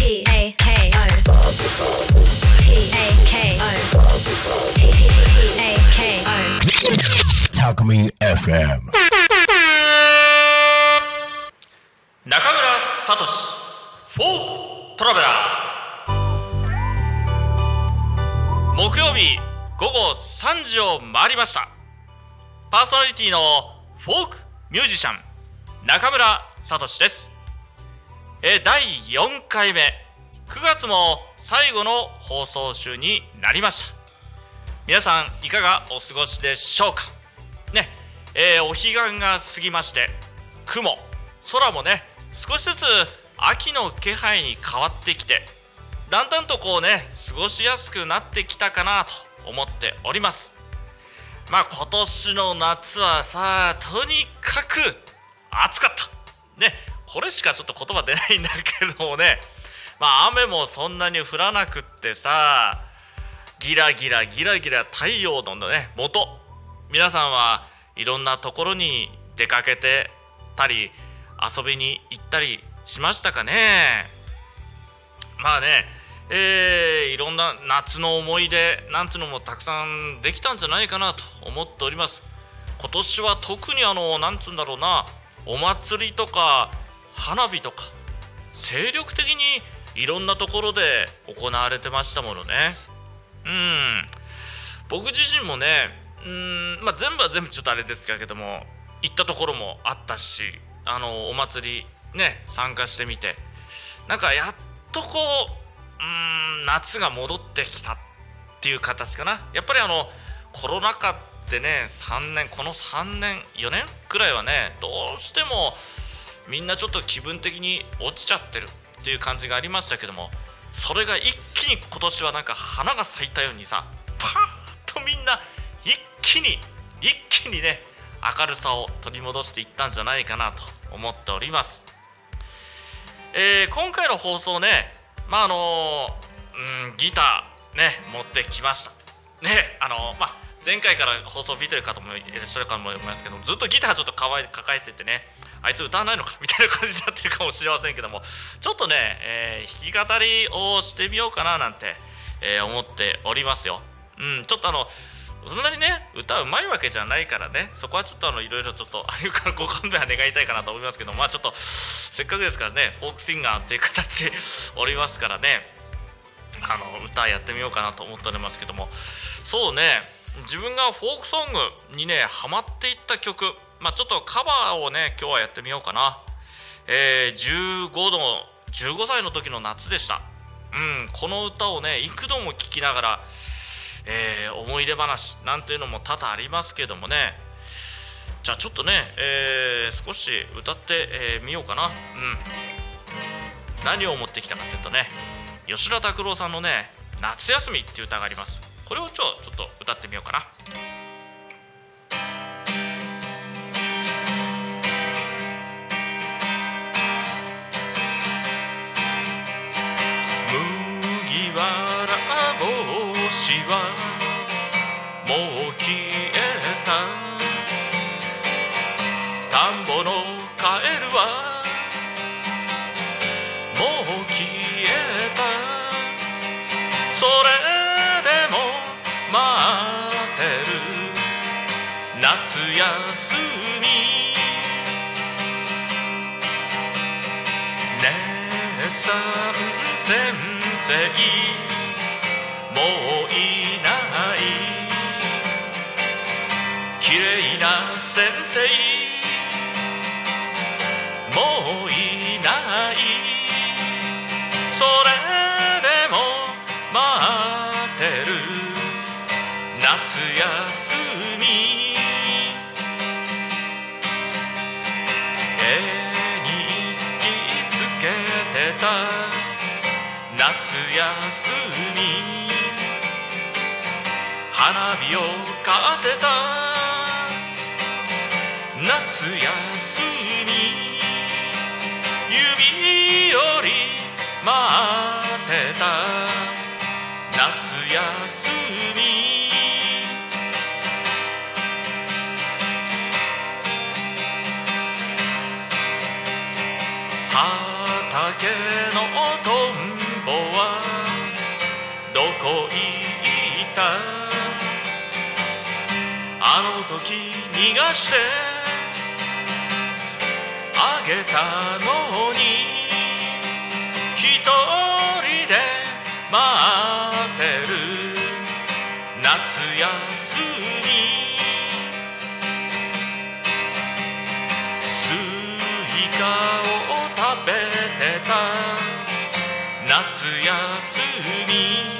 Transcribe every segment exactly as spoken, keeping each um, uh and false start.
P A K O P A K O P A K O タクミン エフエム中村聡フォークトラベラー。木曜日午後さんじを回りました。パーソナリティのフォークミュージシャン中村聡です。えだいよんかいめ、くがつも最後の放送週になりました。皆さんいかがお過ごしでしょうかね。えー、お彼岸が過ぎまして、雲空もね少しずつ秋の気配に変わってきて、だんだんとこうね過ごしやすくなってきたかなと思っております。まあ今年の夏はさ、とにかく暑かったね。これしかちょっと言葉出ないんだけどもね、まあ雨もそんなに降らなくってさ、ギラギラギラギラ太陽のね元、皆さんはいろんなところに出かけてたり遊びに行ったりしましたかね。まあね、えー、いろんな夏の思い出なんていうのもたくさんできたんじゃないかなと思っております。今年は特にあのなんつうんだろうな、お祭りとか花火とか精力的にいろんなところで行われてましたものね。うん僕自身もね、うーんまあ全部は全部ちょっとあれですけども、行ったところもあったし、あのお祭りね参加してみて、なんかやっとこう、うーん夏が戻ってきたっていう形かな。やっぱりあのコロナ禍ってね、さんねんこのさんねんよねんくらいはね、どうしてもみんなちょっと気分的に落ちちゃってるっていう感じがありましたけども、それが一気に今年はなんか花が咲いたようにさ、パーッとみんな一気に一気にね明るさを取り戻していったんじゃないかなと思っております。えー、今回の放送ね、まああのー、うんギターね持ってきましたね。あのー、まあ前回から放送見てる方もいらっしゃるかも思いますけど、ずっとギターちょっと抱えててね、あいつ歌わないのかみたいな感じになってるかもしれませんけども、ちょっとね、えー、弾き語りをしてみようかななんて、えー、思っておりますよ。うん、ちょっとあのそんなにね歌うまいわけじゃないからね、そこはちょっとあのいろいろちょっとあれからご勘弁は願いたいかなと思いますけど、まあちょっとせっかくですからね、フォークシンガーっていう形でおりますからね、あの歌やってみようかなと思っておりますけども、そうね、自分がフォークソングにねハマっていった曲、まあちょっとカバーをね今日はやってみようかな。えー、じゅうごのじゅうごさいの時の夏でした。うんこの歌をね幾度も聴きながら、えー、思い出話なんていうのも多々ありますけどもね。じゃあちょっとね、えー、少し歌ってみ、えー、ようかな。うん何を持ってきたかというとね、吉田拓郎さんのね夏休みっていう歌があります。これをちょちょっと歌ってみようかな。麦わら帽子はもう消えた、田んぼのカエルはもう消えた、それでも待ってる夏休み、姉さん先生もういない、綺麗な先生もういない、それでも待ってる夏休み、絵に日記つけてた夏休み、花火を買ってた夏休み、指より待ってた夏休み、畑のトン時逃がしてあげたのに一人で待ってる夏休みスイカを食べてた夏休み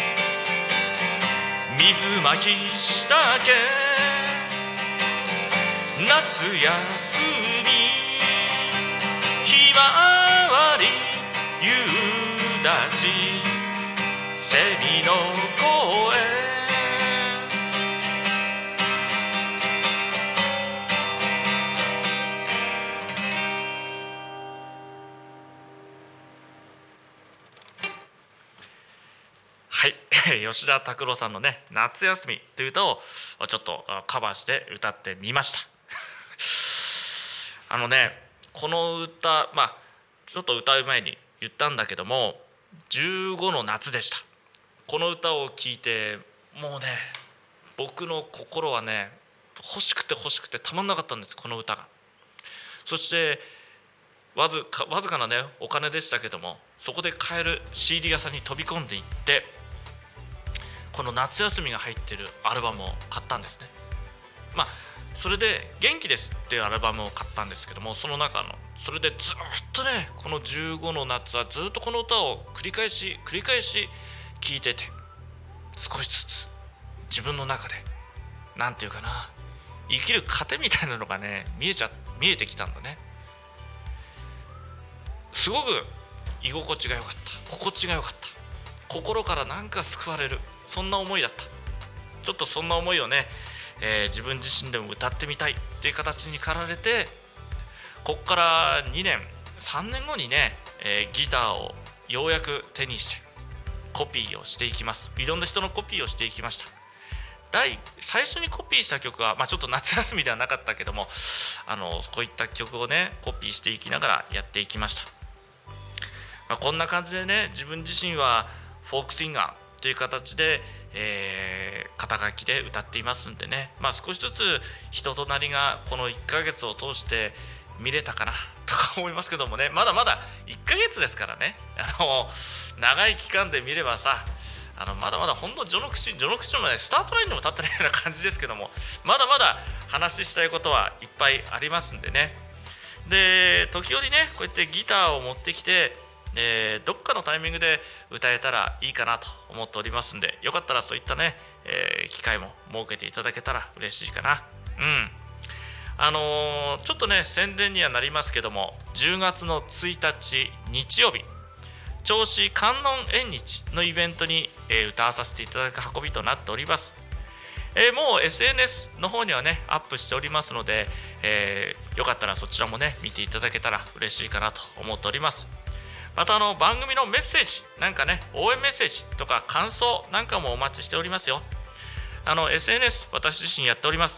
水まきしたけ夏休みひまわり夕立セミの声はい吉田拓郎さんのね夏休みという歌をちょっとカバーして歌ってみましたあのねこの歌まあちょっと歌う前に言ったんだけどもじゅうごの夏でした。この歌を聴いてもうね僕の心はね欲しくて欲しくてたまんなかったんですこの歌が。そしてわずかわずかなねお金でしたけどもそこで買える シーディー 屋さんに飛び込んでいってこの夏休みが入ってるアルバムを買ったんですね。まあそれで元気ですっていうアルバムを買ったんですけどもその中のそれでずっとねこのじゅうごの夏はずっとこの歌を繰り返し繰り返し聴いてて少しずつ自分の中でなんていうかな生きる糧みたいなのがね見えちゃ見えてきたんだね。すごく居心地が良かった心地が良かった心からなんか救われるそんな思いだった。ちょっとそんな思いをね、えー、自分自身でも歌ってみたいっていう形に駆られてこっからにねんさんねんごにね、えー、ギターをようやく手にしてコピーをしていきます。いろんな人のコピーをしていきました。第最初にコピーした曲は、まあ、ちょっと夏休みではなかったけどもあのこういった曲をねコピーしていきながらやっていきました。まあ、こんな感じでね自分自身はフォークシンガーという形で、えー、肩書きで歌っていますんでね、まあ、少しずつ人となりがこのいっかげつを通して見れたかなとか思いますけどもねまだまだいっかげつですからねあの長い期間で見ればさあのまだまだほんの序の口序の口もねスタートラインにも立ってないような感じですけどもまだまだ話したいことはいっぱいありますんでね。で時折ねこうやってギターを持ってきてえー、どっかのタイミングで歌えたらいいかなと思っておりますんでよかったらそういったね、えー、機会も設けていただけたら嬉しいかな。うんあのー、ちょっとね宣伝にはなりますけどもじゅうがつのついたち日曜日銚子観音縁日のイベントに、えー、歌わさせていただく運びとなっております。えー、もう エスエヌエス の方にはねアップしておりますので、えー、よかったらそちらもね見ていただけたら嬉しいかなと思っております。またあの番組のメッセージなんかね応援メッセージとか感想なんかもお待ちしておりますよ。あの エスエヌエス 私自身やっております。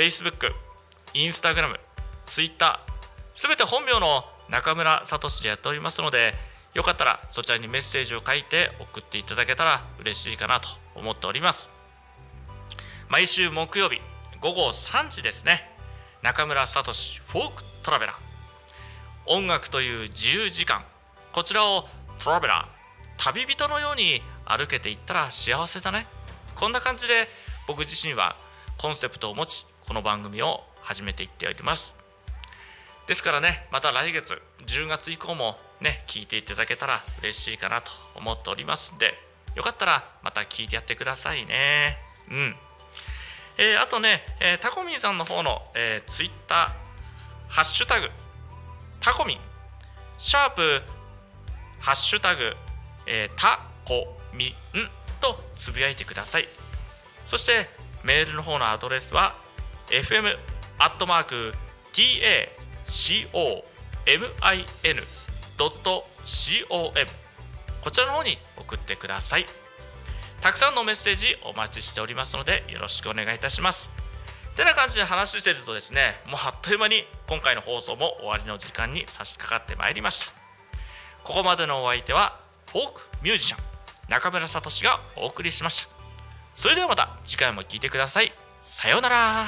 Facebook、Instagram、Twitter すべて本名の中村聡でやっておりますのでよかったらそちらにメッセージを書いて送っていただけたら嬉しいかなと思っております。毎週木曜日ごごさんじですね中村聡フォークトラベラー音楽という自由時間こちらをトラベラー旅人のように歩けていったら幸せだねこんな感じで僕自身はコンセプトを持ちこの番組を始めていっております。ですからねまた来月じゅうがつ以降もね聞いていただけたら嬉しいかなと思っておりますんでよかったらまた聞いてやってくださいね。うん、えー、あとね、えー、タコミンさんの方の、えー、ツイッターハッシュタグタコミンシャープハッシュタグ、えー、タコミンとつぶやいてください。そしてメールの方のアドレスは エフエム アットマーク タコミン ドット コム こちらの方に送ってください。たくさんのメッセージお待ちしておりますのでよろしくお願いいたします。てな感じで話しているとですねもうあっという間に今回の放送も終わりの時間に差し掛かってまいりました。ここまでのお相手はフォークミュージシャン中村聡がお送りしました。それではまた次回も聞いてください。 さようなら。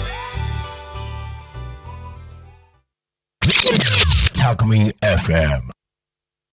タクミン エフエム